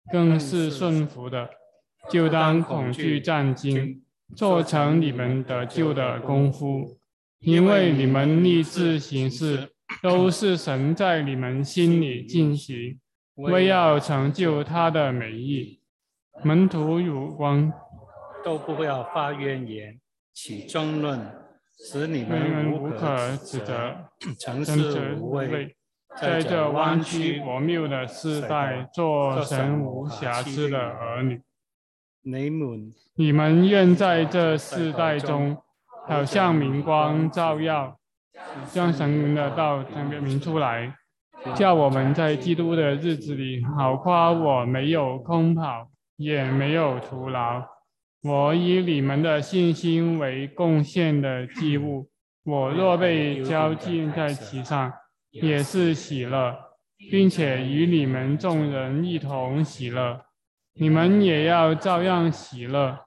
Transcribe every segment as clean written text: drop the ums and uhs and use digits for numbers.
更是顺服的，就当恐惧战惊，做成你们得救的功夫。因为你们立志行事，都是神在你们心里进行，为要成就他的美意。门徒有光， 都不要发怨言，起争论，使你们无可指责，诚实无畏， 在这弯曲悖谬的世代，做神无瑕疵的儿女。你们愿在这世代中，好像明光照耀，将神的道明出来，叫我们在基督的日子里，好夸我没有空跑，也没有徒劳。我以你们的信心为贡献的祭物，我若被交尽在其上，也是喜乐，并且与你们众人一同喜乐。你们也要照样喜乐，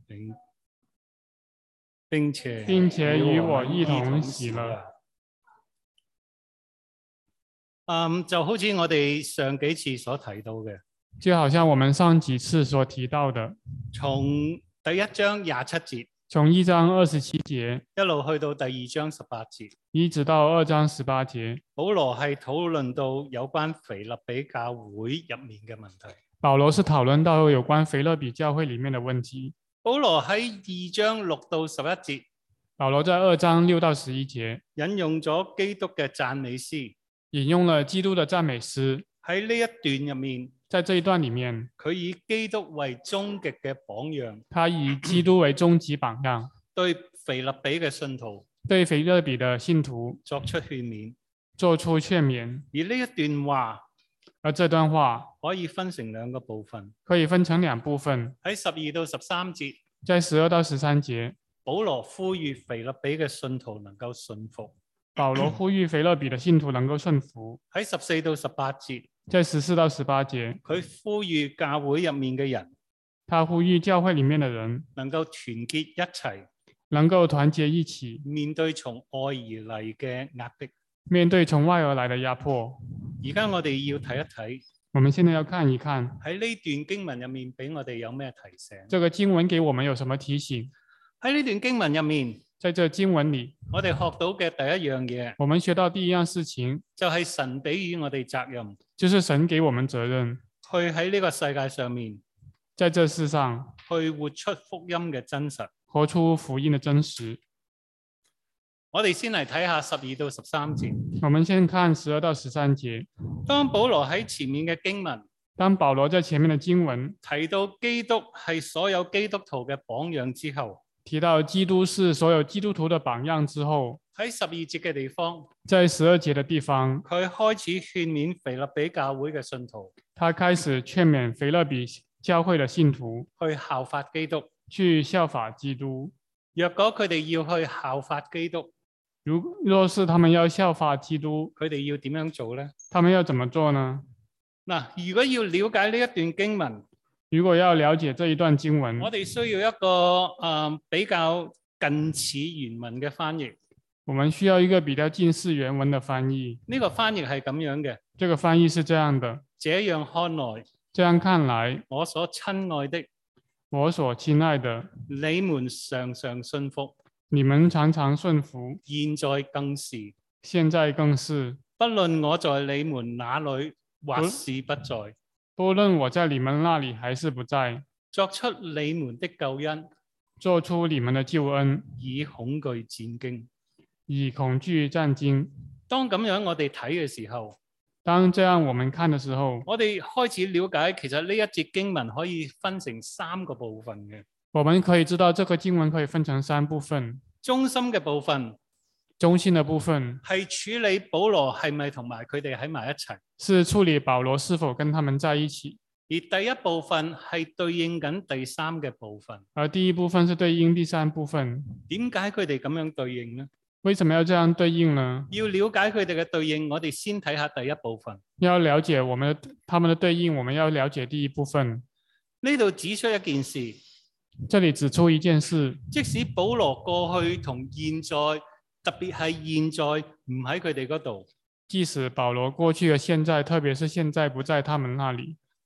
并且与我一同喜樂。 就好似我哋上幾次所提到嘅， 就好像我們上幾次所提到的， 從第一章27節， 從1章27節一路去到第2章18節， 一直到2章18節， 保羅係討論到有關腓立比教會入面嘅問題。 保羅是討論到有關腓立比教會裡面的問題。 保羅喺2章6到11節， 保羅在2章6到11節引用咗基督嘅讚美詩， 引用了基督的讚美詩。 喺呢一段入面， 在這一段裡面， 佢以基督為終極嘅榜樣， 他以基督為終極榜樣， 對腓立比嘅信徒， 對腓立比的信徒作出勸勉， 做出勸勉。 而呢一段話， 而這段話可以分成兩個部分， 可以分成2部分。 喺12到13節， 在12到13節， 保羅呼籲腓立比嘅信徒能夠信服。 保羅呼籲腓立比的信徒能夠順服。 喺14到18節， 在14到18節， 佢呼籲教會入面嘅人， 他呼籲教會裡面的人能夠團結一齊， 能夠團結一起， 面對從外而嚟嘅壓迫。 面對從外而來的壓迫。 而家我哋要睇一睇， 我們現在要看一看喺呢段經文入面俾我哋有咩提醒？ 這個經文給我們有什麼提醒？ 喺呢段經文入面， 在這經文裡， 我哋學到嘅第一樣嘢， 我們學到第一樣事情， 就係神俾予我哋責任， 就是神給我們責任， 去喺呢個世界上面， 在這世上去活出福音嘅真實， 活出福音的真實。 我哋先嚟睇下12到13節。 我們先看12到13節。 當保羅喺前面嘅經文， 當保羅在前面的經文提到基督係所有基督徒嘅榜樣之後， 提到基督是所有基督徒的榜樣之後， 喺12節嘅地方， 在12節的地方， 佢開始勸勉腓立比教會嘅信徒， 他開始勸勉腓立比教會的信徒去效法基督， 去效法基督。 若果佢哋要去效法基督， 若是他們要效法基督， 佢哋要點樣做呢？ 他們要怎麼做呢？ 嗱，如果要了解呢一段經文， 如果要了解這一段經文， 我哋需要一個比較近似原文嘅翻譯。 我們需要一個比較近似原文的翻譯。 呢個翻譯係咁樣嘅。 這個翻譯是這樣的。 這樣看來， 這樣看來， 我所親愛的， 我所親愛的， 你們常常信服， 你們常常順服， 現在更是， 現在更是。 不論我在你們那裏或是不在， 不論我在你們那裡還是不在， 作出你們的救恩， 做出你們的救恩， 以恐懼戰驚， 以恐懼戰驚。 當咁樣我哋睇嘅時候， 當這樣我們看的時候， 我哋開始了解其實呢一節經文可以分成3個部分嘅。 我們可以知道這個經文可以分成3部分。 中心嘅部分， 中心的部分係處理保羅係咪同埋佢哋喺埋一齊， 是處理保羅是否跟他們在一起。 而第一部分係對應緊第3嘅部分。 而第一部分是對應第3部分。 點解佢哋咁樣對應呢？ 為什麼要這樣對應呢？ 要了解佢哋嘅對應，我哋先睇下第一部分。 要了解他們的對應，我們要了解第一部分。 呢度指出一件事。 這裡指出一件事。 即使保羅過去同現在，特別係現在唔喺佢哋嗰度。 即使保羅過去和現在，特別是現在不在他們那裡。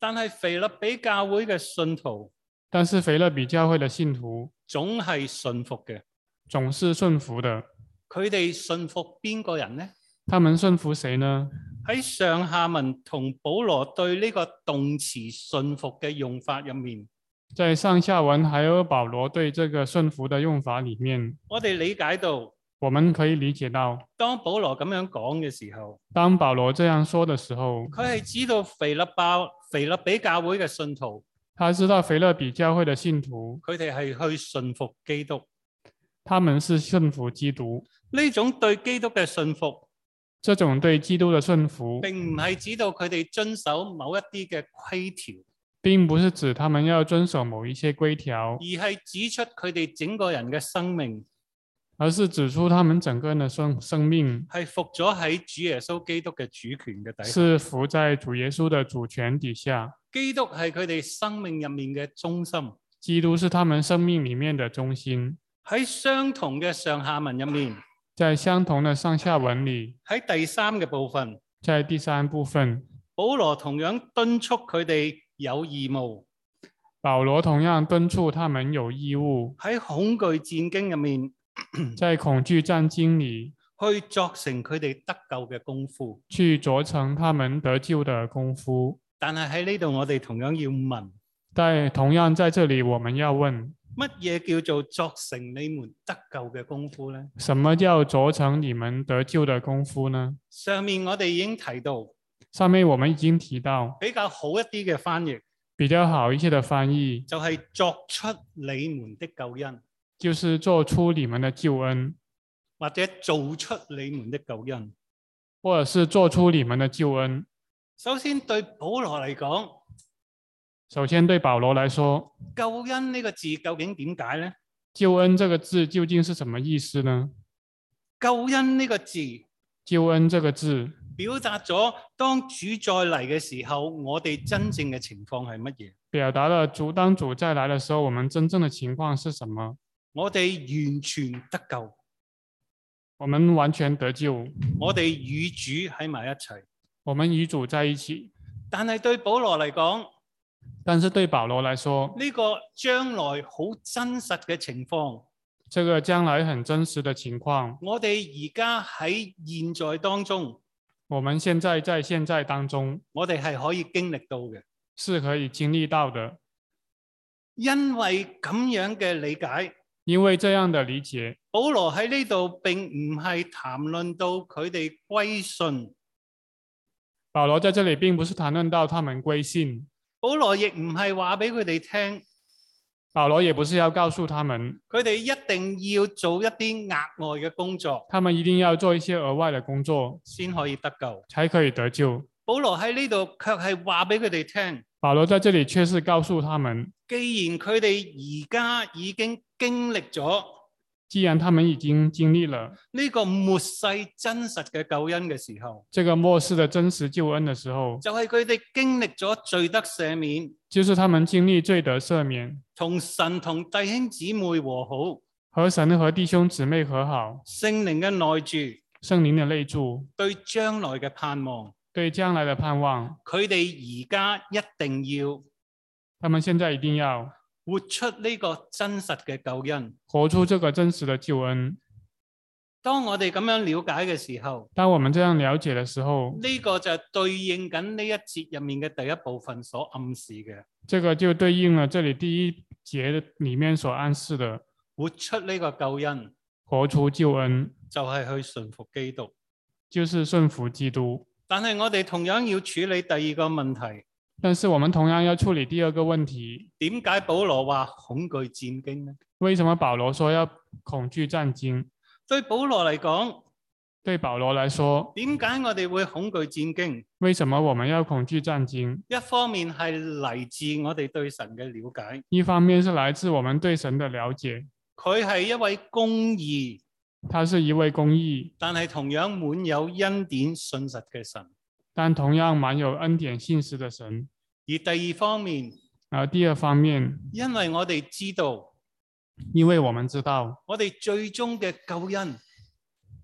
但係腓立比教會嘅信徒， 但是腓立比教會的信徒總係信服嘅， 總是順服的。 佢哋信服邊個人呢？ 他們順服誰呢？ 喺上下文同保羅對呢個動詞信服嘅用法入面， 在上下文還有保羅對這個順服的用法裡面， 我哋理解到， 我們可以理解到， 當保羅咁樣講嘅時候， 當保羅這樣說的時候， 佢係知道腓立比教會嘅信徒， 他知道腓立比教會的信徒， 佢哋係去信服基督， 他們是信服基督。 呢種對基督嘅信服， 這種對基督的順服， 並唔係指到佢哋遵守某一啲嘅規條， 並不是指他們要遵守某一些規條， 而係指出佢哋整個人嘅生命， 而是指出他們整個人的生命係服咗喺主耶穌基督嘅主權嘅底下， 是服在主耶穌的主權底下。 基督係佢哋生命入面嘅中心， 基督是他們生命裡面的中心。 喺相同嘅上下文入面， 在相同的上下文裡， 喺第三嘅部分， 在第三部分， 保羅同樣敦促佢哋有義務， 保羅同樣敦促他們有義務喺恐懼戰經入面， 在恐懼戰經裡去作成佢哋得救嘅功夫， 去做成他們得救的功夫。 但係喺呢度我哋同樣要問， 但同樣在這裡我們要問， 乜嘢叫做作成你們得救嘅功夫呢？ 什麼叫做成你們得救的功夫呢？ 上面我哋已經提到， 上面我們已經提到， 比較好一啲嘅翻譯， 比較好一些的翻譯， 就係作出你們的救恩， 就是做出你們的救恩， 或者做出你們的救恩， 或者是做出你們的救恩。 首先對保羅嚟講， 首先對保羅來說， 救恩呢個字究竟點解呢？ 救恩這個字究竟是什麼意思呢？ 救恩呢個字， 救恩這個字表達咗當主再嚟嘅時候，我哋真正嘅情況係乜嘢？ 表達了當主再來的時候，我們真正的情況是什麼？ 我哋完全得救， 我們完全得救， 我哋與主喺埋一齊， 我們與主在一起。 但係對保羅嚟講， 但是對保羅來說， 呢個將來好真實嘅情況， 這個將來很真實的情況， 我哋而家喺現在當中， 我們現在在現在當中， 我哋係可以經歷到嘅， 是可以經歷到的。 因為咁樣嘅理解， 因為這樣的理解， 保羅喺呢度並唔係談論到佢哋歸信， 保羅在這裡並不是談論到他們歸信， 保羅亦唔係話俾佢哋聽， 保羅也不是要告訴他們， 佢哋一定要做一啲額外嘅工作， 他們一定要做一些額外的工作， 先可以得救， 才可以得救。 保羅喺呢度卻係話俾佢哋聽， 保羅在這裡卻是告訴他們， 既然佢哋而家已經經歷咗， 既然他們已經經歷了呢個末世真實嘅救恩嘅時候， 這個末世的真實救恩的時候， 就係佢哋經歷咗罪得赦免， 就是他們經歷罪得赦免， 同神同弟兄姊妹和好， 和神和弟兄姊妹和好， 聖靈嘅內住， 聖靈的內住， 對將來嘅盼望， 對將來的盼望， 佢哋而家一定要， 他們現在一定要活出呢個真實嘅救恩， 活出這個真實的救恩。 當我哋咁樣了解嘅時候， 當我們這樣了解的時候， 呢個就對應緊呢一節入面嘅第一部分所暗示嘅， 這個就對應了這裡第一節裡面所暗示的， 活出呢個救恩， 活出救恩， 就係去順服基督， 就是順服基督。 但係我哋同樣要處理第二個問題， 但是我們同樣要處理第二個問題， 點解保羅話恐懼戰驚呢？ 為什麼保羅說要恐懼戰驚？ 對保羅嚟講， 對保羅來說， 點解我哋會恐懼戰驚？ 為什麼我們要恐懼戰驚？ 一方面係嚟自我哋對神嘅了解， 一方面是來自我們對神的了解， 佢係一位公義， 他是一位公義， 但係同樣滿有恩典信實嘅神。 但同樣滿有恩典信實的神。 而第二方面， 第二方面， 因為我哋知道， 因為我們知道， 我哋最終嘅救恩，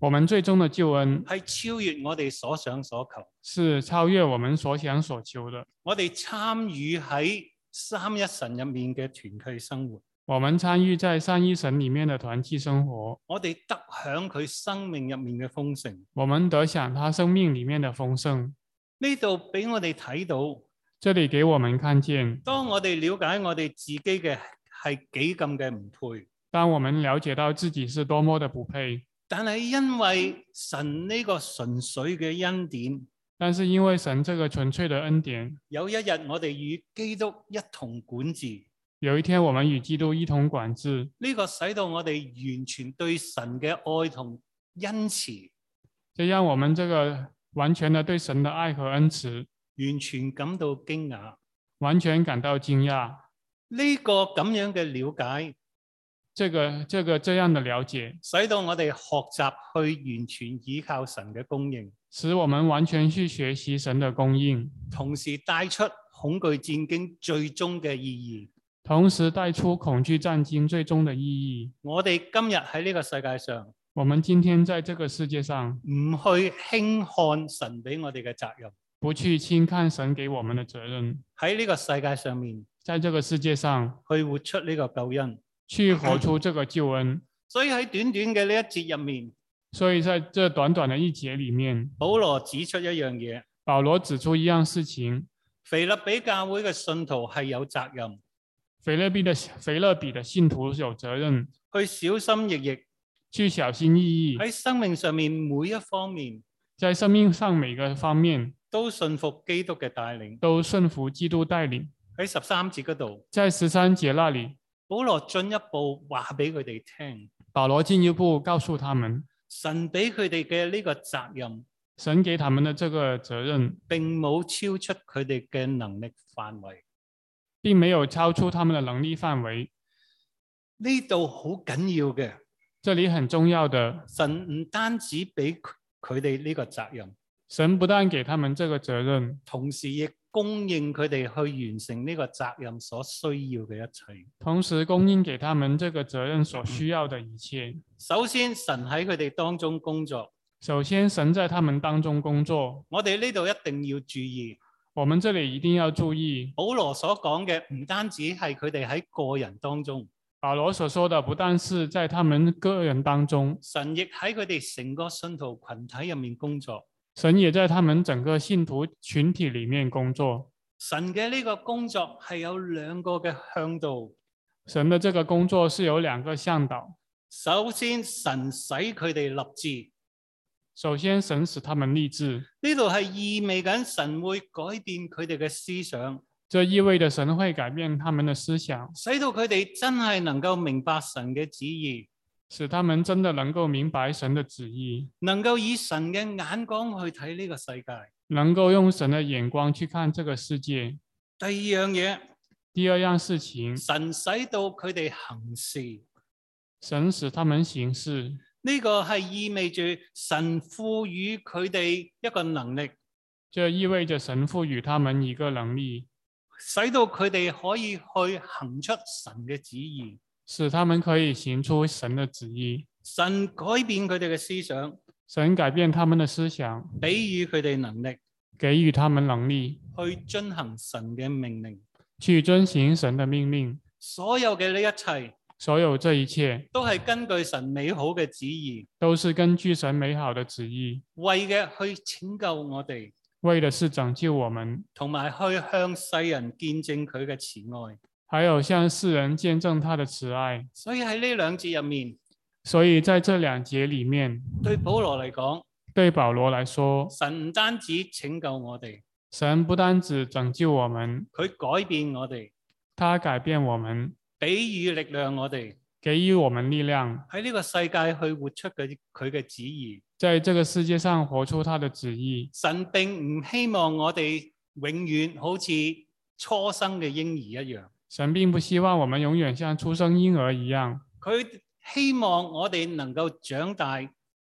我們最終的救恩係超越我哋所想所求， 是超越我們所想所求的。 我哋參與喺三一神入面嘅團契生活， 我們參與在三一神裡面的團契生活， 我哋得享佢生命入面嘅豐盛。 我們得享他生命裡面的豐盛。 呢度俾我哋睇到， 這裡給我們看見， 當我哋了解我哋自己嘅係幾咁嘅唔配， 當我們了解到自己是多麼的不配， 但係因為神呢個純粹嘅恩典， 但是因為神這個純粹的恩典， 有一日我哋與基督一同管治， 有一天我們與基督一同管治， 呢個使到我哋完全對神嘅愛同恩慈， 這讓我們這個完全的對神的愛和恩慈完全感到驚訝， 完全感到驚訝。 呢個咁樣嘅了解， 這樣的了解， 使到我哋學習去完全依靠神嘅供應， 使我們完全去學習神的供應， 同時帶出恐懼戰經最終嘅意義。 同時帶出恐懼戰經最終的意義。 我哋今日喺呢個世界上， 我們今天在這個世界上， 唔去輕看神俾我哋嘅責任， 不去輕看神給我們的責任， 喺呢個世界上面， 在這個世界上去活出呢個救恩， 去活出這個救恩。 所以喺短短嘅呢一節入面， 所以在這短短的一節裡面， 保羅指出一樣嘢， 保羅指出一樣事情， 腓立比教會嘅信徒係有責任， 腓立比的信徒有責任去小心翼翼， 去小心翼翼喺生命上面每一方面， 在生命上每個方面都信服基督嘅帶領， 都順服基督帶領。 喺13節嗰度， 在13節那裡， 保羅進一步話俾佢哋聽， 保羅進一步告訴他們， 神俾佢哋嘅呢個責任， 神給他們的這個責任， 並冇超出佢哋嘅能力範圍， 並沒有超出他們的能力範圍。 呢度好緊要嘅， 這裡很重要的， 神唔單止俾佢哋呢個責任， 神不但給他們這個責任， 同時亦供應佢哋去完成呢個責任所需要嘅一切。 同時供應給他們這個責任所需要的一切。 首先，神喺佢哋當中工作。 首先，神在他們當中工作。 我哋呢度一定要注意， 我們這裡一定要注意， 保羅所講嘅唔單止係佢哋喺個人當中， 保羅所說的不但是在他們個人當中， 神亦喺佢哋成個信徒群體入面工作。 神也在他們整個信徒群體裡面工作。 神嘅呢個工作係有兩個嘅向度。 神的這個工作是有兩個向導。 首先，神使佢哋立志。 首先，神使他們立志。 呢度係意味緊神會改變佢哋嘅思想。 這意味着神會改變他們的思想， 使到佢哋真係能夠明白神嘅旨意。 使他們真的能夠明白神的旨意， 能夠以神嘅眼光去睇呢個世界， 能夠用神的眼光去看這個世界。 第二樣嘢， 第二樣事情， 神使到佢哋行事， 神使他們行事。 呢個係意味住神賦予佢哋一個能力， 這意味着神賦予他們一個能力， 使到佢哋可以去行出神嘅旨意。 使他們可以行出神的旨意。 神改變佢哋嘅思想， 神改變他們的思想， 俾予佢哋能力， 給予他們能力， 去遵行神嘅命令， 去遵行神的命令。 所有嘅呢一切， 所有這一切， 都係根據神美好嘅旨意， 都是根據神美好的旨意， 為嘅去拯救我哋， 為的是拯救我們， 同埋去向世人見證佢嘅慈愛。 還有向世人見證他的慈愛。 所以喺呢兩節入面， 所以在這兩節裡面， 對保羅嚟講， 對保羅來說， 神唔單止拯救我哋， 神不單止拯救我們， 佢改變我哋， 他改變我們， 俾予力量我哋， 給予我們力量， 喺呢個世界去活出佢嘅旨意。 在這個世界上活出他的旨意。 神並唔希望我哋永遠好似初生嘅嬰兒一樣。 神並不希望我們永遠像出生嬰兒一樣， 佢希望我哋能夠長大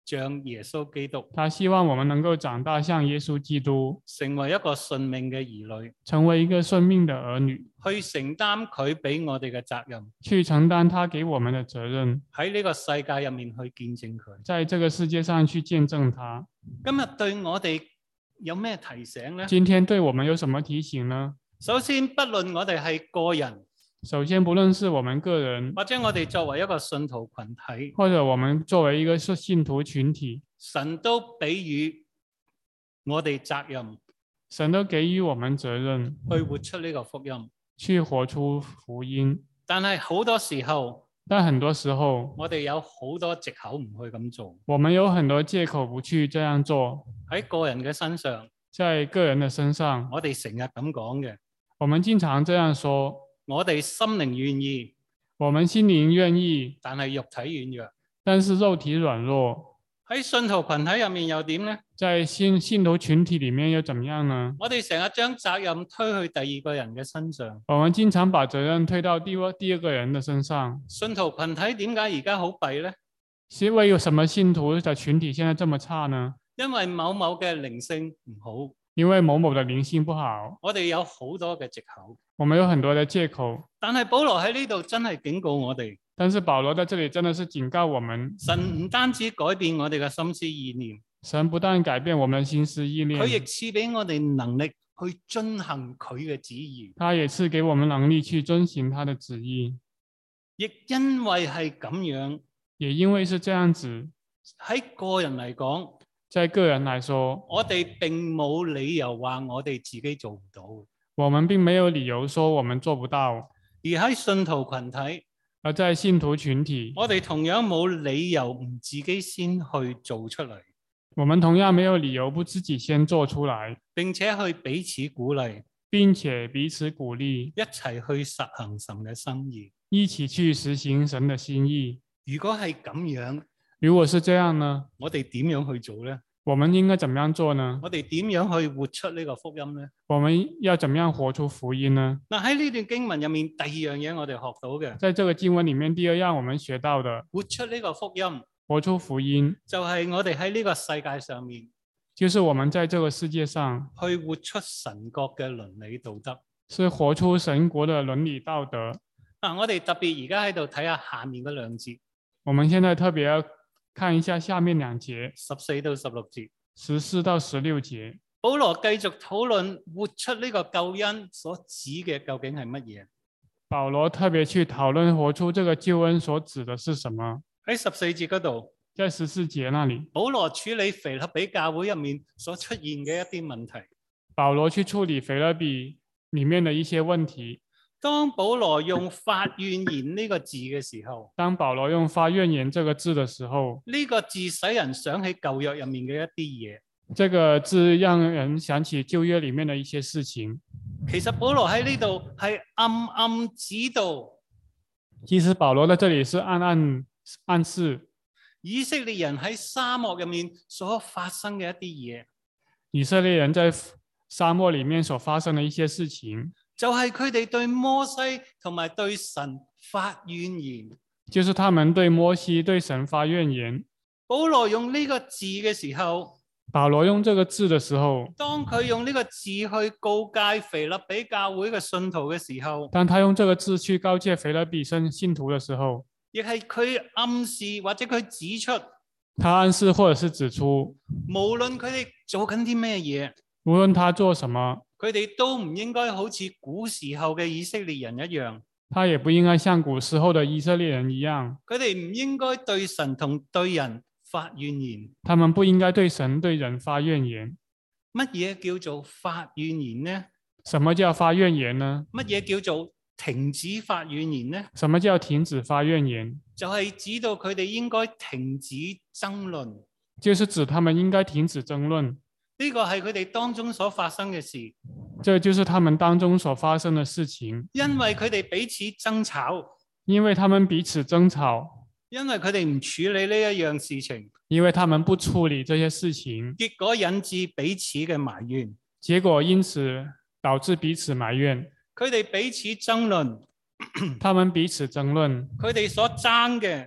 像耶穌基督。 他希望我們能夠長大像耶穌基督， 成為一個順命嘅兒女， 成為一個順命的兒女， 去承擔佢俾我哋嘅責任， 去承擔他給我們的責任， 喺呢個世界入面去見證佢， 在這個世界上去見證他。 今日對我哋有咩提醒呢？ 今天對我們有什麼提醒呢？ 首先，不論我哋係個人， 首先不論是我們個人， 或者我哋作為一個信徒群體， 或者我們作為一個信徒群體， 神都俾予我哋責任， 神都給予我們責任， 去活出呢個福音， 去活出福音。 但係好多時候， 但很多時候， 我哋有好多藉口唔去咁做。 我們有很多借口不去這樣做。 喺個人嘅身上， 在個人的身上， 我哋成日咁講嘅， 我們經常這樣說， 我哋心靈願意， 我們心靈願意， 但係肉體軟弱。 但是肉體軟弱。 喺信徒群體入面又點呢？ 在信徒群體裡面又怎麼樣呢？ 我哋成日將責任推去第二個人嘅身上。 我們經常把責任推到第二個人的身上。 信徒群體點解而家好弊呢？ 是因為有什麼信徒的群體現在這麼差呢？ 因為某某嘅靈性唔好。 因為某某的靈性不好。 我哋有好多嘅藉口。 我們有很多的借口。 但係保羅喺呢度真係警告我哋。 但是保羅在這裡真的是警告我們， 神唔單止改變我哋嘅心思意念， 神不但改變我們的心思意念， 佢亦賜俾我哋能力去遵行佢嘅旨意。 他也賜給我們能力去遵行他的旨意。 亦因為係咁樣， 也因為是這樣子， 喺個人嚟講， 在個人來說， 我哋並冇理由話我哋自己做唔到。 我們並沒有理由說我們做不到。 而喺信徒群體， 而在信徒群體， 我哋同樣冇理由唔自己先去做出嚟。 我們同樣沒有理由不自己先做出來， 並且去彼此鼓勵， 並且彼此鼓勵， 一齊去實行神嘅心意， 一起去實行神的心意。 如果係咁樣， 如果是這樣呢？我哋點樣去做呢？ 我們應該怎麼樣做呢？ 我哋點樣去活出呢個福音呢？ 我們要怎麼樣活出福音呢？ 嗱，喺呢段經文入面，第二樣嘢我哋學到嘅， 在這個經文裡面，第二樣我們學到的， 活出呢個福音， 活出福音， 就係我哋喺呢個世界上面， 就是我們在這個世界上去活出神國嘅倫理道德， 是活出神國的倫理道德。 嗱，我哋特別而家喺度睇下下面嗰兩節。 我們現在特別要看一下下面兩節 14到16節 ，14到16節。 保羅繼續討論活出呢個救恩所指嘅究竟係乜嘢？ 保羅特別去討論活出這個救恩所指的是什麼？ 喺14節嗰度， 在14節那裡， 保羅處理腓立比教會入面所出現嘅一啲問題。 保羅去處理腓立比裡面的一些問題。 當保羅用發怨言呢個字嘅時候， 當保羅用發怨言這個字的時候， 呢個字使人想起舊約入面嘅一啲嘢。 這個字讓人想起舊約裡面的一些事情。 其實保羅喺呢度係暗暗指導， 其實保羅在這裡是暗示以色列人喺沙漠入面所發生嘅一啲嘢。 以色列人在沙漠裡面所發生的一些事情， 就係佢哋對摩西同埋對神發怨言， 就是他們對摩西對神發怨言。 保羅用呢個字嘅時候， 保羅用這個字的時候， 當佢用呢個字去告誡腓立比教會嘅信徒嘅時候， 當他用這個字去告誡腓立比信徒的時候， 亦係佢暗示或者佢指出， 他暗示或者是指出， 無論佢哋做緊啲咩嘢， 無論他做什麼， 佢哋都唔應該好似古時候嘅以色列人一樣， 他也不應該像古時候的以色列人一樣， 佢哋唔應該對神同對人發怨言。 他們不應該對神對人發怨言。 乜嘢叫做發怨言呢？ 什麼叫發怨言呢？ 乜嘢叫做停止發怨言呢？ 什麼叫停止發怨言？ 就係指到佢哋應該停止爭論， 就是指他們應該停止爭論。 呢個係佢哋當中所發生嘅事， 這就是他們當中所發生的事情。 因為佢哋彼此爭吵， 因為他們彼此爭吵， 因為佢哋唔處理呢一樣事情， 因為他們不處理這些事情， 結果引致彼此嘅埋怨， 結果因此導致彼此埋怨。 佢哋彼此爭論， 他們彼此爭論， 佢哋所爭嘅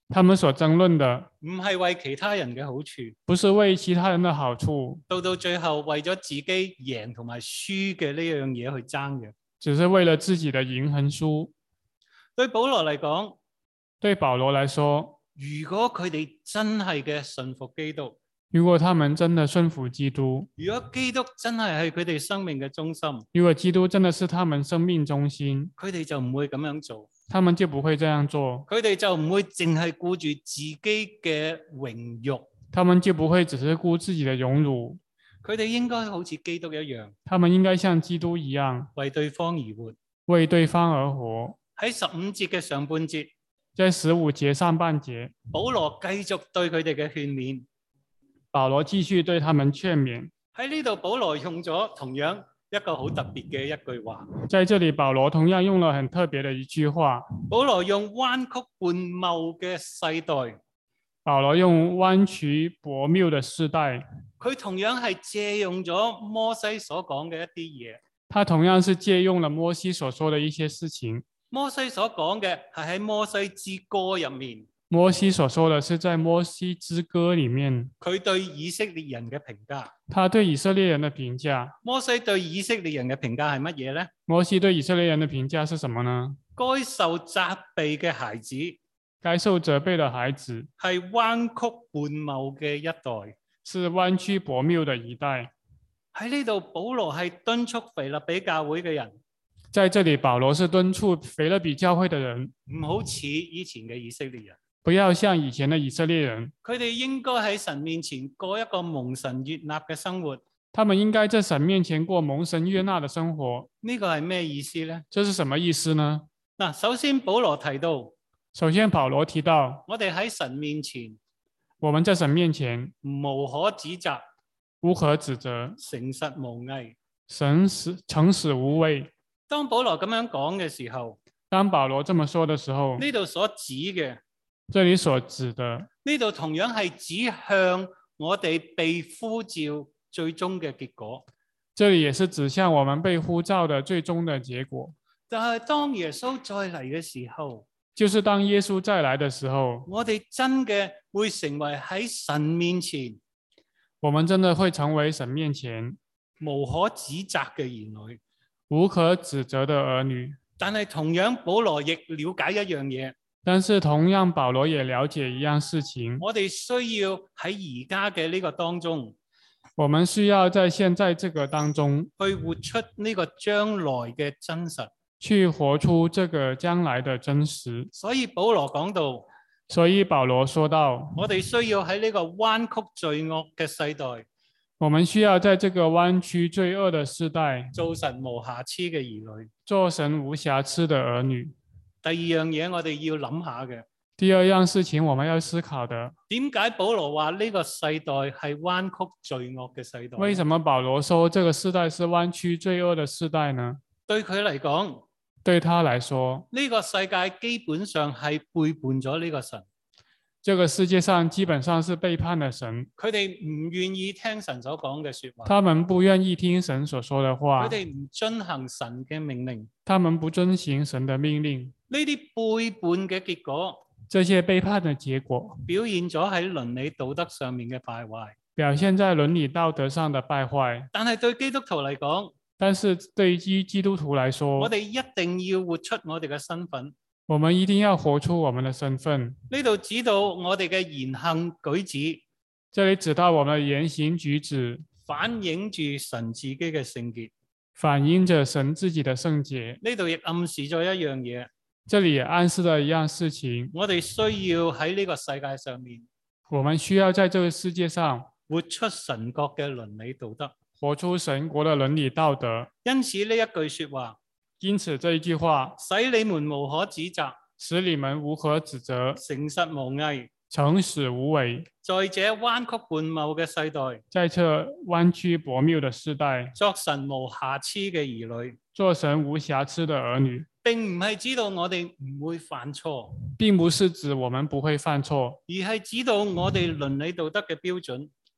他們所爭論的唔係為其他人嘅好處， 不是為其他人的好處， 到最後為咗自己贏同埋輸嘅呢樣嘢去爭嘅， 只是為了自己的贏和輸。 對保羅嚟講， 對保羅來說， 如果佢哋真係嘅信服基督， 如果他們真的順服基督， 如果基督真係佢哋生命嘅中心， 如果基督真的是他們生命中心， 佢哋就唔會咁樣做， 他們就不會這樣做， 佢哋就唔會淨係顧住自己嘅榮辱， 他們就不會只是顧自己的榮辱， 佢哋應該好似基督一樣， 他們應該像基督一樣， 為對方而活， 為對方而活。 喺15節嘅上半節， 在15節上半節， 保羅繼續對佢哋嘅勸勉。 保羅繼續對他們勸勉。 喺呢度，保羅用咗同樣一個好特別嘅一句話。 在這裡，保羅同樣用了很特別的一句話。 保羅用彎曲悖謬嘅世代。 保羅用彎曲悖謬的世代。 佢同樣係借用咗摩西所講嘅一啲嘢。 他同樣是借用了摩西所說的一些事情。 摩西所講嘅係喺摩西之歌入面。 摩西所說的是在摩西之歌裡面， 佢對以色列人嘅評價。 他對以色列人的評價。 摩西對以色列人嘅評價係乜嘢呢？ 摩西對以色列人的評價是什麼呢？ 該受責備嘅孩子， 該受責備的孩子係彎曲悖謬嘅一代， 是彎曲悖謬的一代。 喺呢度，保羅係敦促腓立比教會嘅人。 在這裡，保羅是敦促腓立比教會的人， 唔好似以前嘅以色列人。 不要像以前的以色列人， 佢哋應該喺神面前過一個蒙神悅納嘅生活。 他們應該在神面前過蒙神悅納的生活。 呢個係咩意思呢？ 這是什麼意思呢？ 嗱，首先保羅提到， 我哋喺神面前， 我們在神面前無可指責， 無可指責， 誠實無偽， 誠實無偽。 當保羅咁樣講嘅時候， 當保羅這麼說的時候， 呢度所指嘅， 這裡所指的， 呢度同樣係指向我哋被呼召最終嘅結果。 這裡也是指向我們被呼召的最終的結果。 就係當耶穌再嚟嘅時候， 就是當耶穌再來的時候， 我哋真嘅會成為喺神面前， 我們真的會成為神面前無可指責嘅兒女， 無可指責的兒女。 但係同樣保羅亦了解一樣嘢， 但是同樣保羅也了解一樣事情， 我哋需要喺而家嘅呢個當中， 我們需要在現在這個當中去活出呢個將來嘅真實， 去活出這個將來的真實。 所以保羅講到， 所以保羅說到， 我哋需要喺呢個彎曲罪惡嘅世代， 我們需要在這個彎曲罪惡的世代， 做神無瑕疵嘅兒女， 做神無瑕疵的兒女。 第二樣嘢我哋要諗下嘅， 第二樣事情我們要思考的， 點解保羅話呢個世代係彎曲罪惡嘅世代？ 為什麼保羅說這個世代是彎曲罪惡的世代呢？ 對佢嚟講， 對他來說， 呢個世界基本上係背叛咗呢個神。 這個世界上基本上是背叛了神， 佢哋唔願意聽神所講嘅說話， 他們不願意聽神所說的話， 佢哋唔遵行神嘅命令， 他們不遵行神的命令。 呢啲背叛嘅結果， 這些背叛的結果， 表現咗喺倫理道德上面嘅敗壞， 表現在倫理道德上的敗壞。 但係對基督徒嚟講， 但是對於基督徒來說， 我哋一定要活出我哋嘅身份。 我們一定要活出我們的身份。 呢度指到我哋嘅言行舉止， 這裡指到我們的言行舉止， 反映住神自己嘅聖潔， 反映着神自己的聖潔。 呢度亦暗示咗一樣嘢， 這裡也暗示了一樣事情， 我哋需要喺呢個世界上面， 我們需要在這個世界上活出神國嘅倫理道德， 活出神國的倫理道德。 因此呢一句說話， 因此這一句話， 使你們無可指責， 使你們無可指責， 誠實無偽， 誠實無偽。 在這彎曲悖謬嘅世代， 在這彎曲悖謬的世代， 作神無瑕疵嘅兒女， 做神無瑕疵的兒女， 並唔係指到我哋唔會犯錯， 並不是指我們不會犯錯， 而係指到我哋倫理道德嘅標準，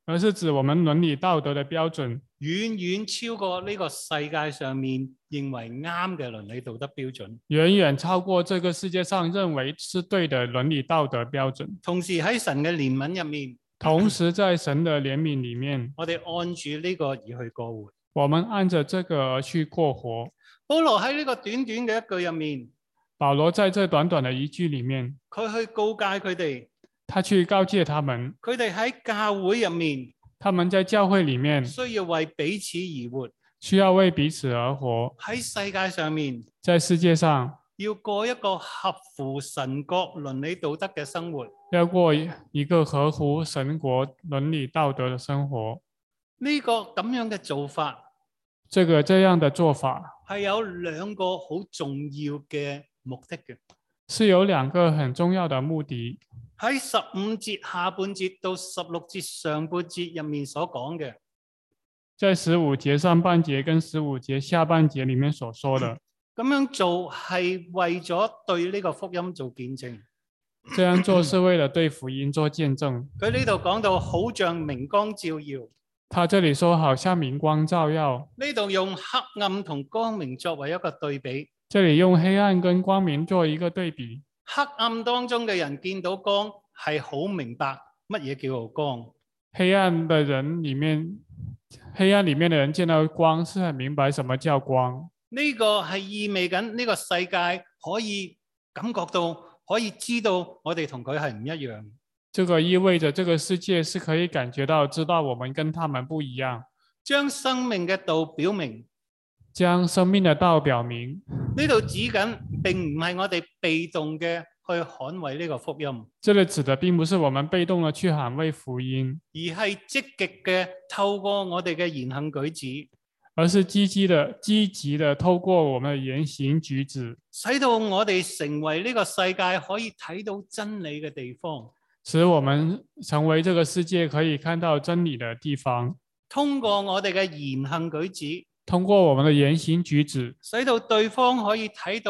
而是指我们伦理道德的標準， 遠遠超過呢個世界上面認為啱嘅倫理道德標準， 遠遠超過這個世界上認為是對的倫理道德標準。 同時喺神嘅憐憫入面， 同時在神的憐憫裡面， 我哋按住呢個而去過活。 我們按着這個而去過活。 保羅喺呢個短短嘅一句入面， 保羅在這短短的一句裡面， 佢去告誡佢哋， 他去告誡他們， 佢哋喺教會入面， 他們在教會裡面需要為彼此而活， 需要為彼此而活。 喺世界上面， 在世界上要過一個合乎神國倫理道德嘅生活， 要過一個合乎神國倫理道德的生活。 呢個咁樣嘅做法， 這樣的做法係有兩個好重要嘅目的嘅， 是有兩個很重要的目的。 喺15節下半節到16節上半節入面所講嘅， 在15節上半節跟15節下半節裡面所說的， 咁樣做係為咗對呢個福音做見證。 這樣做是為了對福音做見證。 佢呢度講到好像明光照耀， 他這裡說好像明光照耀， 呢度用黑暗同光明作為一個對比。 這裡用黑暗跟光明做一個對比。 黑暗當中嘅人見到光係好明白乜嘢叫做光。 黑暗的人裡面，黑暗裡面的人見到光是很明白什麼叫光。 呢個係意味緊呢個世界可以感覺到，可以知道我哋同佢係唔一樣。 這個意味着這個世界是可以感覺到，知道我們跟他們不一樣。 將生命嘅道表明， 將生命的道表明。 呢度指緊並唔係我哋被動嘅去捍衛呢個福音。 這裡指的並不是我們被動的去捍衛福音， 而係積極嘅透過我哋嘅言行舉止， 而是積極的透過我們的言行舉止， 使到我哋成為呢個世界可以睇到真理嘅地方。 使我們成為這個世界可以看到真理的地方。 通過我哋嘅言行舉止， 通過我們的言行舉止， 使到對方可以睇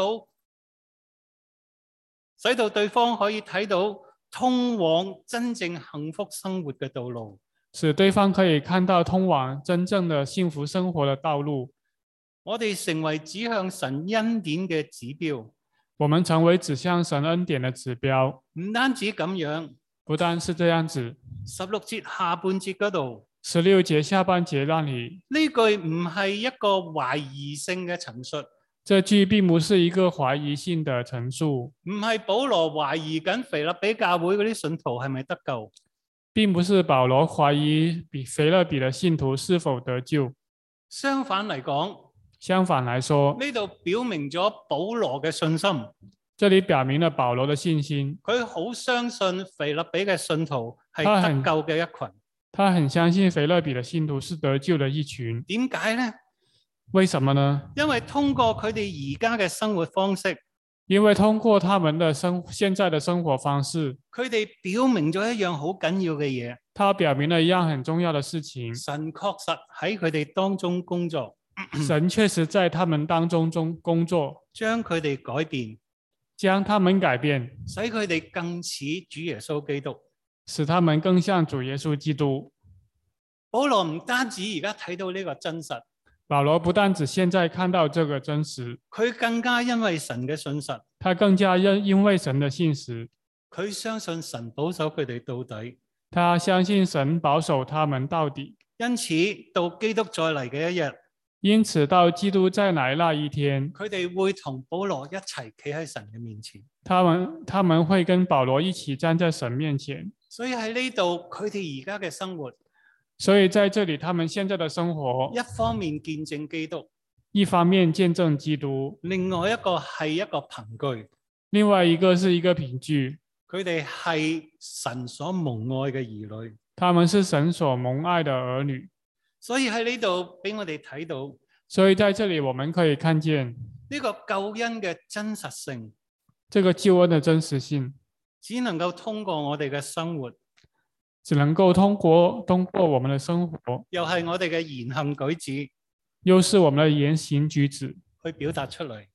到通往真正幸福生活嘅道路， 使對方可以看到通往真正的幸福生活的道路。 我哋成為指向神恩典嘅指標。 我們成為指向神恩典的指標。 唔單止咁樣， 不單是這樣子。 16節下半節嗰度 ，16節下半節那裡， 呢句唔係一個懷疑性嘅陳述。 這句並不是一個懷疑性的陳述， 唔係保羅懷疑緊腓立比教會嗰啲信徒係咪得救， 並不是保羅懷疑腓立比的信徒是否得救。 相反嚟講， 呢度表明咗保羅嘅信心。 這裡表明了保羅的信心， 佢好相信腓立比嘅信徒係得救嘅一群。 他很相信腓立比的信徒是得救的一群。 點解呢？ 為什麼呢？ 因為通過佢哋而家嘅生活方式， 因為通過他們的現在的生活方式， 佢哋表明咗一樣好緊要嘅嘢。 他表明了一樣很重要的事情。 神確實喺佢哋當中工作， 神確實在他們當中工作， 將佢哋改變， 將他們改變， 使佢哋更似主耶穌基督， 使他們更像主耶穌基督。 保羅唔單止而家睇到呢個真實， 保羅不但只現在看到這個真實， 佢更加因為神嘅信實， 他更加因為神的信實， 佢相信神保守佢哋到底， 他相信神保守他們到底。 因此到基督再嚟嘅一日， 因此到基督再來那一天， 佢哋會同保羅一齊企喺神嘅面前， 他們會跟保羅一起站在神面前。 所以喺呢度佢哋而家嘅生活， 所以在這裡他們現在的生活， 一方面見證基督， 一方面見證基督， 另外一個係一個憑據， 另外一個是一個憑據。 佢哋係神所蒙愛嘅兒女， 他們是神所蒙愛的兒女。 所以喺呢度俾我哋睇到， 所以在這裡我們可以看見呢個救恩嘅真實性， 這個救恩的真實性， 只能夠通過我哋嘅生活， 只能夠通過我們的生活， 又係我哋嘅言行舉止， 又是我們的言行舉止去表達出嚟，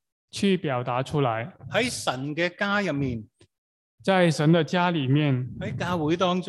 喺神嘅家入面， 在神的家裡面， 喺教會當中，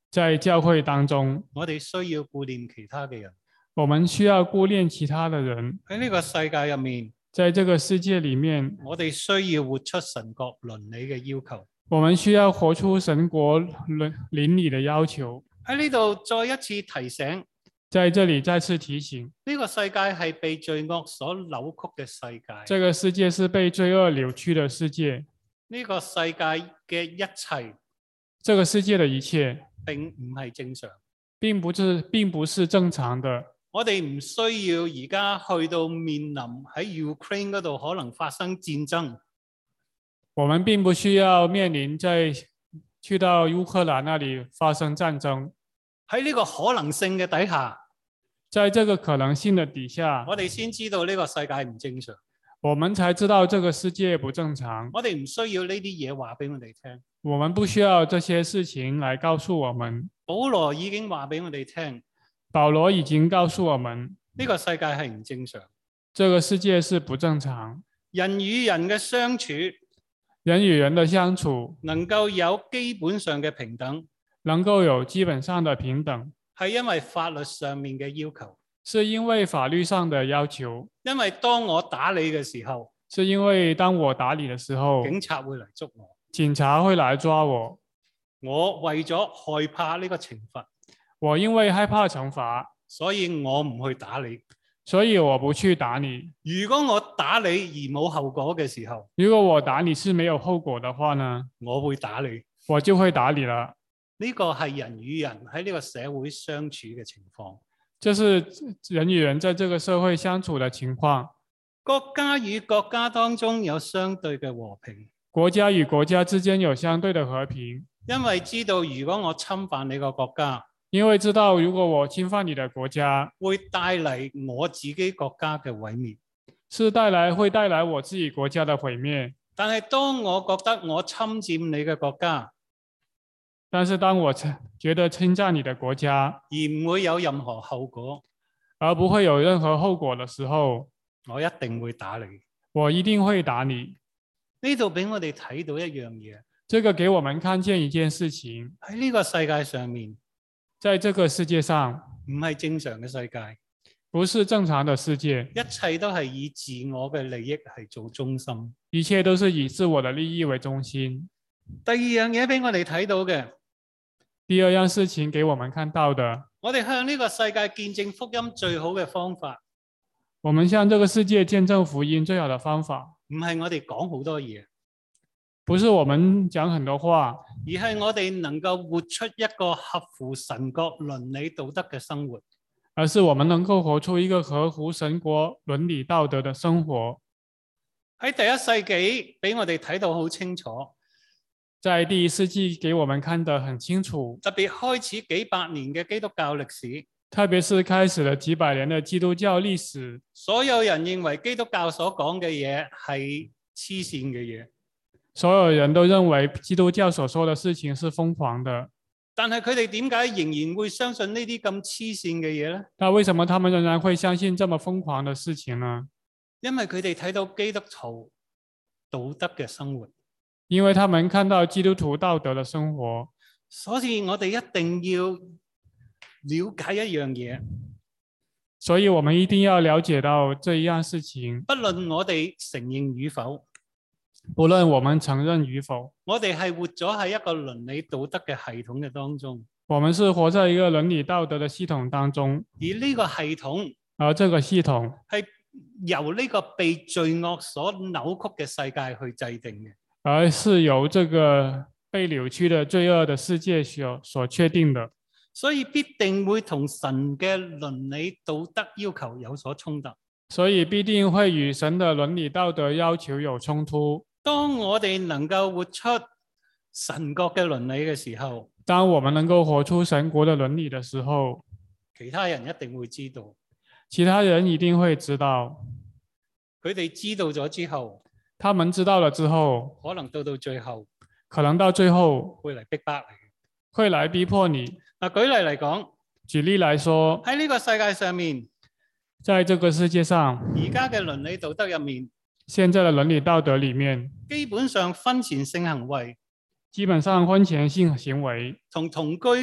在教會當中， 我哋需要顧念其他嘅人。 我們需要顧念其他的人。 喺呢個世界入面， 在這個世界裡面， 我哋需要活出神國倫理嘅要求。 我們需要活出神國倫理的要求。 喺呢度再一次提醒， 在這裡再次提醒， 呢個世界係被罪惡所扭曲嘅世界。 這個世界是被罪惡扭曲的世界。 呢個世界嘅一切， 這個世界的一切並唔係正常， 並不是正常的。 我哋唔需要而家去到面臨喺 Ukraine 嗰度可能發生戰爭。 我們並不需要面臨去到烏克蘭那裡發生戰爭。 喺呢個可能性嘅底下， 在這個可能性的底下， 我哋先知道呢個世界唔正常。 我們才知道這個世界不正常。 我哋唔需要呢啲嘢話俾我哋聽。 我們不需要這些事情來告訴我們。 保羅已經話俾我哋聽。 保羅已經告訴我們， 呢個世界係唔正常。 這個世界是不正常。 人與人嘅相處， 人與人的相處， 能夠有基本上嘅平等， 能夠有基本上的平等， 係因為法律上面嘅要求。 是因為法律上的要求。 因為當我打你嘅時候， 是因為當我打你的時候， 警察會嚟捉我。 警察會來抓我。 我為咗害怕呢個懲罰， 我因為害怕懲罰， 所以我唔去打你。 所以我不去打你。 如果我打你而冇後果嘅時候， 如果我打你是沒有後果的話呢？ 我會打你， 我就會打你了。 呢個係人與人喺呢個社會相處嘅情況。 這是人與人在這個社會相處的情況。 國家與國家當中有相對嘅和平。 國家與國家之間有相對的和平。 因為知道如果我侵犯你個國家， 因為知道如果我侵犯你的國家， 會帶嚟我自己國家嘅毀滅， 會帶來我自己國家的毀滅。 但係當我覺得我侵佔你嘅國家， 但是當我覺得侵佔你的國家， 而唔會有任何後果， 而不會有任何後果的時候， 我一定會打你。 我一定會打你。 呢度俾我哋睇到一樣嘢， 這個給我們看見一件事情， 喺呢個世界上面， 在這個世界上， 唔係正常嘅世界， 不是正常的世界， 一切都係以自我嘅利益係做中心， 一切都是以自我的利益為中心。 第二樣嘢俾我哋睇到嘅， 第二樣事情給我們看到的， 我哋向呢個世界見證福音最好嘅方法， 我們向這個世界見證福音最好的方法， 唔係我哋講好多嘢， 不是我們講很多話， 而係我哋能夠活出一個合乎神國倫理道德嘅生活， 而是我們能夠活出一個合乎神國倫理道德的生活。 喺第一世紀俾我哋睇到好清楚， 在第一世紀給我們看得很清楚， 特別開始幾百年嘅基督教歷史， 特別是開始了幾百年的基督教歷史， 所有人認為基督教所講嘅嘢係黐線嘅嘢， 所有人都認為基督教所說的事情是瘋狂的。 但係佢哋點解仍然會相信呢啲咁黐線嘅嘢呢？ 那為什麼他們仍然會相信這麼瘋狂的事情呢？ 因為佢哋睇到基督徒道德嘅生活， 因為他們看到基督徒道德的生活， 所以我哋一定要了解一樣嘢。 所以我們一定要了解到這一樣事情。 不論我哋承認與否， 不論我們承認與否， 我哋係活咗喺一個倫理道德嘅系統嘅當中。 我們是活在一個倫理道德的系統當中， 而呢個系統， 而這個系統係由呢個被罪惡所扭曲嘅世界去制定嘅， 而是由這個被扭曲的罪惡的世界所確定的， 所以必定會同神嘅倫理道德要求有所衝突。 所以必定會與神的倫理道德要求有衝突。 當我哋能夠活出神國嘅倫理嘅時候， 當我們能夠活出神國的倫理的時候， 其他人一定會知道。 其他人一定會知道。 佢哋知道咗之後， 他們知道了之後， 可能到最後， 可能到最後會嚟逼迫你， 會來逼迫你。 嗱，舉例嚟講， 舉例來說， 喺呢個世界上面， 在這個世界上， 而家嘅倫理道德入面， 現在的倫理道德裡面， 基本上婚前性行為基本上婚前性行為同同居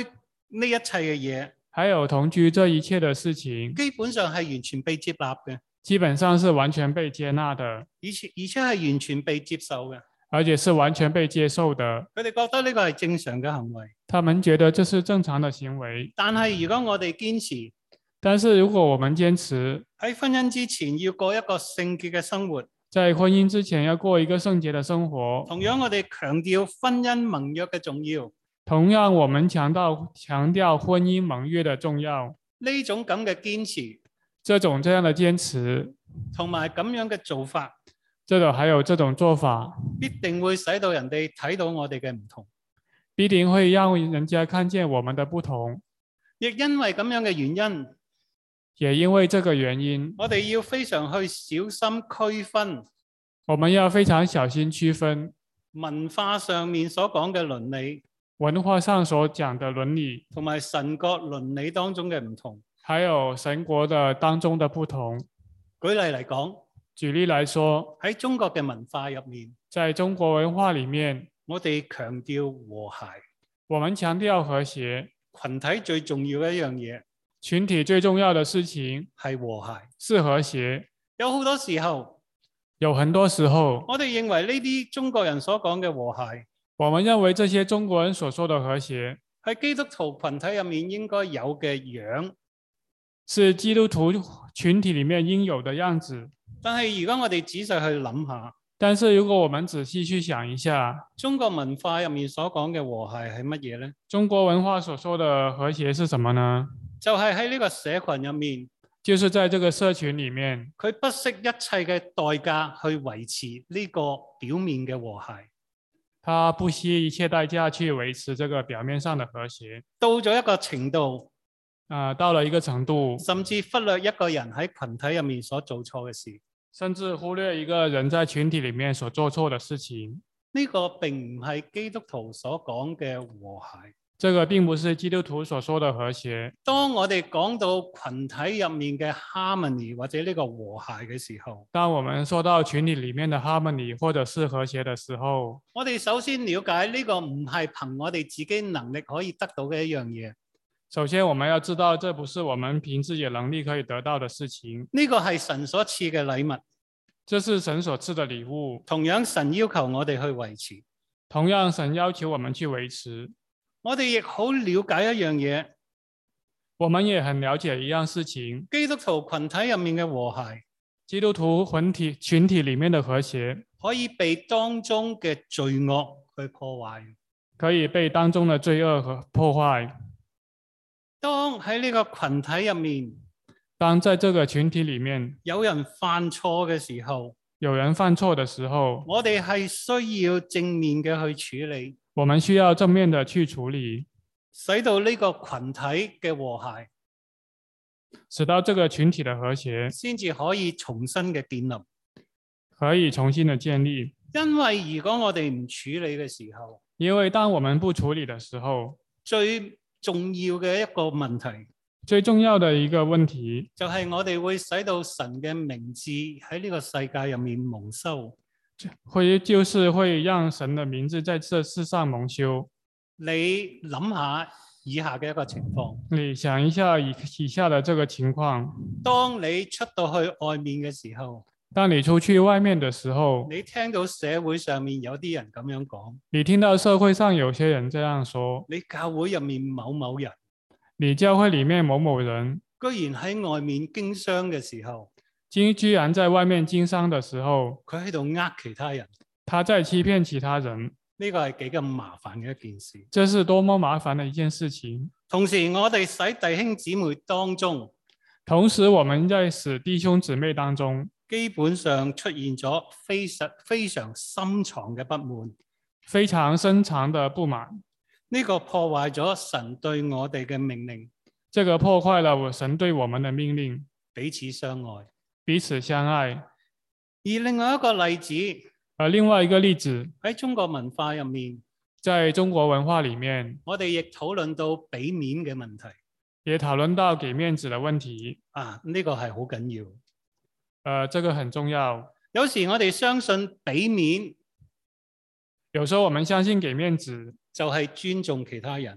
呢一切嘅嘢， 還有同居這一切的事情， 基本上係完全被接納嘅， 基本上是完全被接納的， 而且係完全被接受嘅， 而且是完全被接受的。 佢哋覺得呢個係正常嘅行為， 他們覺得這是正常的行為。 但係如果我哋堅持， 但是如果我們堅持喺婚姻之前要過一個聖潔嘅生活， 在婚姻之前要過一個聖潔的生活， 同樣我哋強調婚姻盟約嘅重要， 同樣我們強調婚姻盟約的重要。 呢種咁嘅堅持， 這樣的堅持， 同埋咁樣嘅做法， 還有這種做法， 必定會使到人哋睇到我哋嘅唔同， 必定會讓人家看見我們的不同。 亦因為咁樣嘅原因， 也因為這個原因， 我哋要非常去小心區分。 我們要非常小心區分文化上面所講嘅倫理， 文化上所講的倫理， 同埋神國倫理當中嘅唔同， 還有神國的當中的不同。 舉例嚟講， 舉例來說， 喺中國嘅文化入面， 在中國文化裡面， 我哋強調和諧， 我們強調和諧。 群體最重要嘅一樣嘢， 群體最重要的事情係和諧， 是和諧。 有好多時候， 很多時候， 我哋認為呢啲中國人所講嘅和諧， 我們認為這些中國人所說的和諧， 係基督徒群體入面應該有嘅樣， 是基督徒群體裡面應有的樣子。 但係如果我哋仔細去諗下， 但是如果我們仔細去想一下， 中國文化入面所講嘅和諧係乜嘢呢？ 中國文化所說的和諧是什麼呢？ 就係喺呢個社群入面， 就是在這個社群裡面， 佢不惜一切嘅代價去維持呢個表面嘅和諧。 他不惜一切代價去維持這個表面上的和諧。 到咗一個程度， 到了一個程度， 甚至忽略一個人喺群體入面所做錯嘅事。 甚至忽略一個人在群體裡面所做錯的事情， 呢個並唔係基督徒所講嘅和諧。 這個並不是基督徒所說的和諧。 當我哋講到群體入面嘅 harmony 或者呢個和諧嘅時候， 當我們說到群體裡面的 harmony 或者是和諧的時候， 我哋首先了解呢個唔係憑我哋自己能力可以得到嘅一樣嘢。 首先我們要知道，這不是我們憑自己的能力可以得到的事情。 呢個係神所賜嘅禮物， 這是神所賜的禮物。 同樣神要求我哋去維持， 同樣神要求我們去維持。 我哋亦好了解一樣嘢， 我們也很了解一樣事情。 基督徒群體入面嘅和諧， 基督徒群體裡面的和諧， 可以被當中嘅罪惡去破壞， 可以被當中的罪惡和破壞。 當喺呢個群體入面， 當在這個群體裡面有人犯錯嘅時候， 我哋係需要正面嘅去處理。 我們需要正面的去處理， 使到呢個群體嘅和諧， 使到這個群體的和諧， 先至可以重新嘅建立， 可以重新的建立。 因為如果我哋唔處理嘅時候， 因為當我們不處理的時候， 最重要嘅一個問題， 最重要的一個問題， 就係我哋會使到神嘅名字喺呢個世界入面蒙羞。 就是會讓神的名字在這世上蒙羞。 你諗下以下嘅一個情況， 你想一下以下的這個情況， 當你出到去外面嘅時候， 當你出去外面的時候， 你聽到社會上面有啲人咁樣講， 你聽到社會上有些人這樣說， 你教會入面某某人， 你教會裡面某某人， 居然喺外面經商嘅時候， 居然在外面經商的時候， 佢喺度呃其他人， 他在欺騙其他人， 呢個係幾咁麻煩嘅一件事。 這是多麼麻煩的一件事情。 同時，我哋使弟兄姊妹當中， 我們在使弟兄姊妹當中， 基本上出現咗非常深藏嘅不滿， 非常深藏的不滿。 呢個破壞咗神對我哋嘅命令， 這個破壞了神對我們的命令， 彼此相愛。 彼此相愛。 而另外一個例子， 喺中國文化入面， 在中國文化裡面， 我哋亦討論到俾面嘅問題， 也討論到給面子的問題。 呢個係好緊要。 這個很重要。 有時我哋相信俾面， 有時候我們相信給面子就係尊重其他人，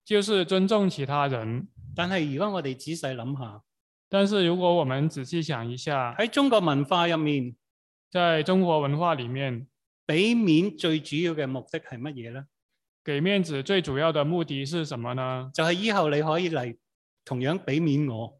就是尊重其他人。 但係如果我哋仔細諗下， 但是如果我們仔細想一下， 喺中國文化入面， 在中國文化裡面， 俾面最主要嘅目的係乜嘢呢？ 給面子最主要的目的是什麼呢？ 就係以後你可以嚟同樣俾面我，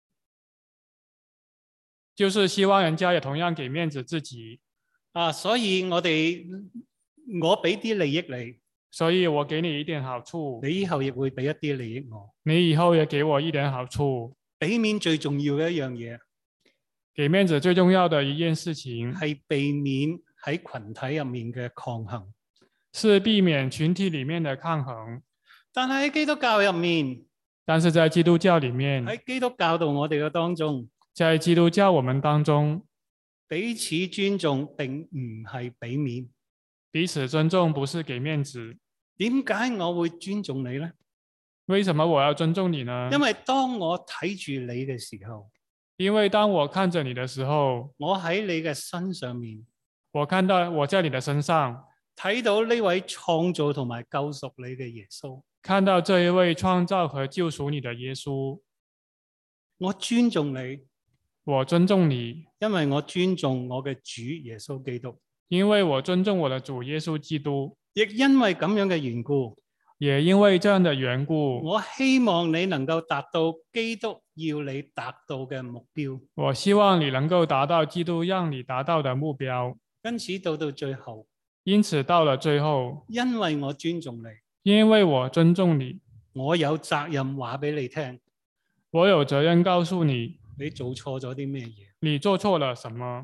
就是希望人家也同樣給面子自己。 所以我俾啲利益你， 所以我給你一點好處， 你以後亦會俾一啲利益我。 你以後也給我一點好處。 俾面最重要嘅一樣嘢， 給面子最重要的一件事情係避免喺群體入面嘅抗衡， 是避免群體裡面的抗衡。 但係喺基督教入面， 但是在基督教裡面， 喺基督教導我哋嘅當中， 在基督教我們當中， 彼此尊重並唔係俾面。 彼此尊重不是給面子。 點解我會尊重你呢？ 為什麼我要尊重你呢？ 因為當我睇住你嘅時候， 因為當我看着你的時候， 我喺你嘅身上面， 我看到我在你的身上睇到呢位創造同埋救贖你嘅耶穌， 看到這一位創造和救贖你的耶穌， 我尊重你， 我尊重你， 因為我尊重我嘅主耶穌基督， 因為我尊重我的主耶穌基督， 亦因為咁樣嘅緣故， 也因為這樣的緣故， 我希望你能夠達到基督要你達到嘅目標。 我希望你能夠達到基督讓你達到的目標。 因此到最後， 因此到了最後， 因為我尊重你， 因為我尊重你， 我有責任話俾你聽， 我有責任告訴你， 你做錯咗啲咩嘢？ 你做錯了什麼？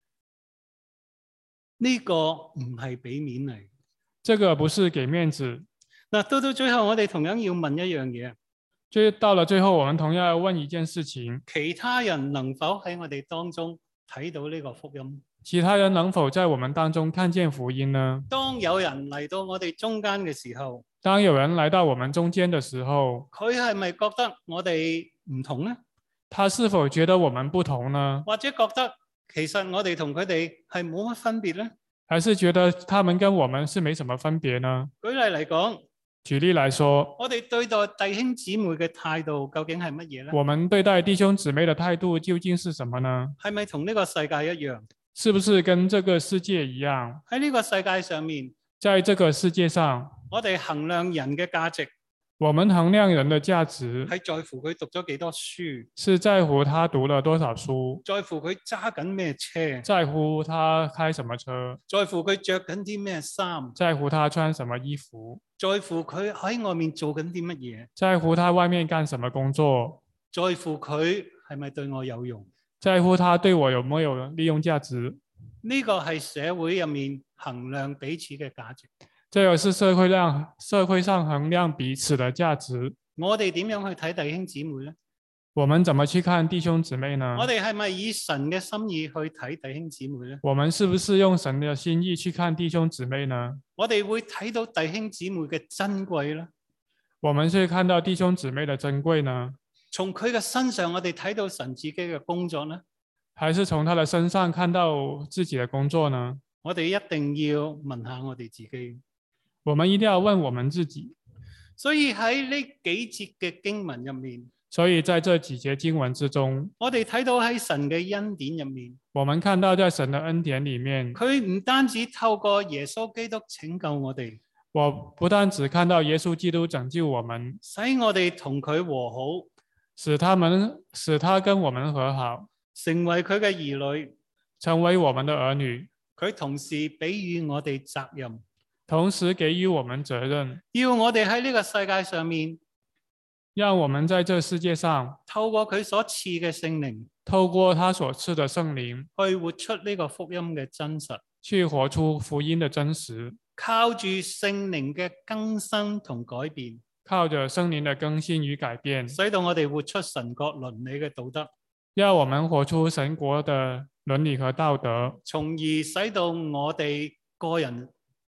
呢個唔係俾面嚟， 這個不是給面子。 嗱，到最後我哋同樣要問一樣嘢。 到了最後，我們同樣要問一件事情： 其他人能否喺我哋當中睇到呢個福音？ 其他人能否在我們當中看見福音呢？ 當有人嚟到我哋中間嘅時候， 當有人來到我們中間的時候， 佢係咪覺得我哋唔同呢？ 他是否覺得我們不同呢？ 或者覺得其實我哋同佢哋係冇乜分別呢？ 還是覺得他們跟我們是沒什麼分別呢？ 舉例嚟講， 舉例來說， 我哋對待弟兄姊妹嘅態度究竟係乜嘢呢？ 我們對待弟兄姊妹的態度究竟是什麼呢？ 係咪同呢個世界一樣？ 是不是跟這個世界一樣？ 喺呢個世界上面， 在這個世界上， 我哋衡量人嘅價值， 我們衡量人的價值係在乎佢讀咗幾多書， 是在乎他讀了多少書， 在乎佢揸緊咩車， 在乎他開什麼車， 在乎佢着緊啲咩衫， 在乎他穿什麼衣服， 在乎佢喺外面做緊啲乜嘢， 在乎他外面幹什麼工作， 在乎佢係咪對我有用， 在乎他對我有沒有利用價值。 呢個係社會入面衡量彼此嘅價值。 這個是社會上衡量彼此的價值。 我哋點樣去睇弟兄姊妹呢？ 我們怎麼去看弟兄姊妹呢？ 我哋係咪以神嘅心意去睇弟兄姊妹呢？ 我們是不是用神的心意去看弟兄姊妹呢？ 我哋會睇到弟兄姊妹嘅珍貴呢？ 我們會看到弟兄姊妹的珍貴呢？ 從佢嘅身上，我哋睇到神自己嘅工作呢？ 還是從他的身上看到自己的工作呢？ 我哋一定要問下我哋自己。 我們一定要問我們自己。 所以喺呢幾節嘅經文入面， 所以在這幾節經文之中， 我哋睇到喺神嘅恩典入面， 我們看到在神的恩典裡面， 佢唔單止透過耶穌基督拯救我哋， 我不單只看到耶穌基督拯救我們， 使我哋同佢和好， 使他跟我們和好， 成為佢嘅兒女， 成為我們的兒女。 佢同時俾予我哋責任， 同時給予我們責任， 要我哋喺呢個世界上面， 讓我們在這世界上透過佢所賜嘅聖靈， 透過他所賜的聖靈， 去活出呢個福音嘅真實， 去活出福音的真實， 靠住聖靈嘅更新同改變， 靠着聖靈的更新與改變， 使到我哋活出神國倫理嘅道德， 要我們活出神國的倫理和道德， 從而使到我哋個人，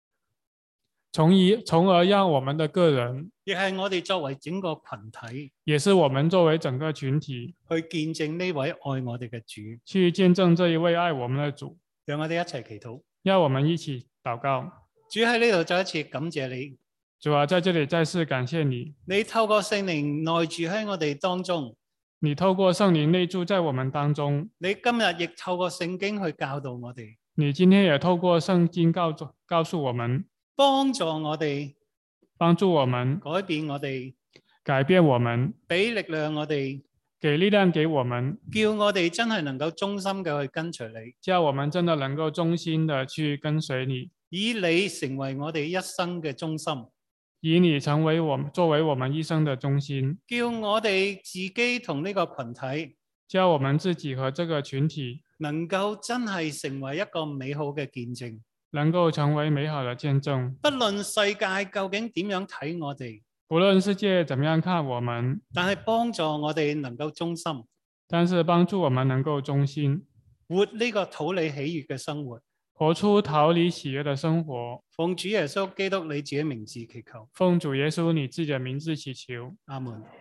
從而讓我們的個人， 亦係我哋作為整個群體， 也是我們作為整個群體， 去見證呢位愛我哋嘅主， 去見證這一位愛我們的主。 讓我哋一齊祈禱， 讓我們一起禱告。 主喺呢度再一次感謝你， 主啊，在這裡再次感謝你。 你透過聖靈內住喺我哋當中。 你透過聖靈內住在我們當中。 你今日亦透過聖經去教導我哋。 你今天也透過聖經告訴我們， 幫助我哋， 幫助我們改變我哋， 改變我們， 俾力量我哋， 給力量給我們， 叫我哋真係能夠忠心嘅去跟隨你， 叫我們真的能夠忠心的去跟隨你， 以你成為我哋一生嘅中心， 以你成為作為我們一生的中心， 叫我哋自己同呢個群體， 叫我們自己和這個群體能夠真係成為一個美好嘅見證， 能夠成為美好的見證。 不論世界究竟點樣睇我哋， 不論世界怎麼樣看我們， 但係幫助我哋能夠忠心， 但是幫助我們能夠忠心， 活呢個討你喜悅嘅生活， 活出討你喜悅的生活。 奉主耶穌基督你自己名字祈求， 奉主耶穌你自己的名字祈求。 阿門。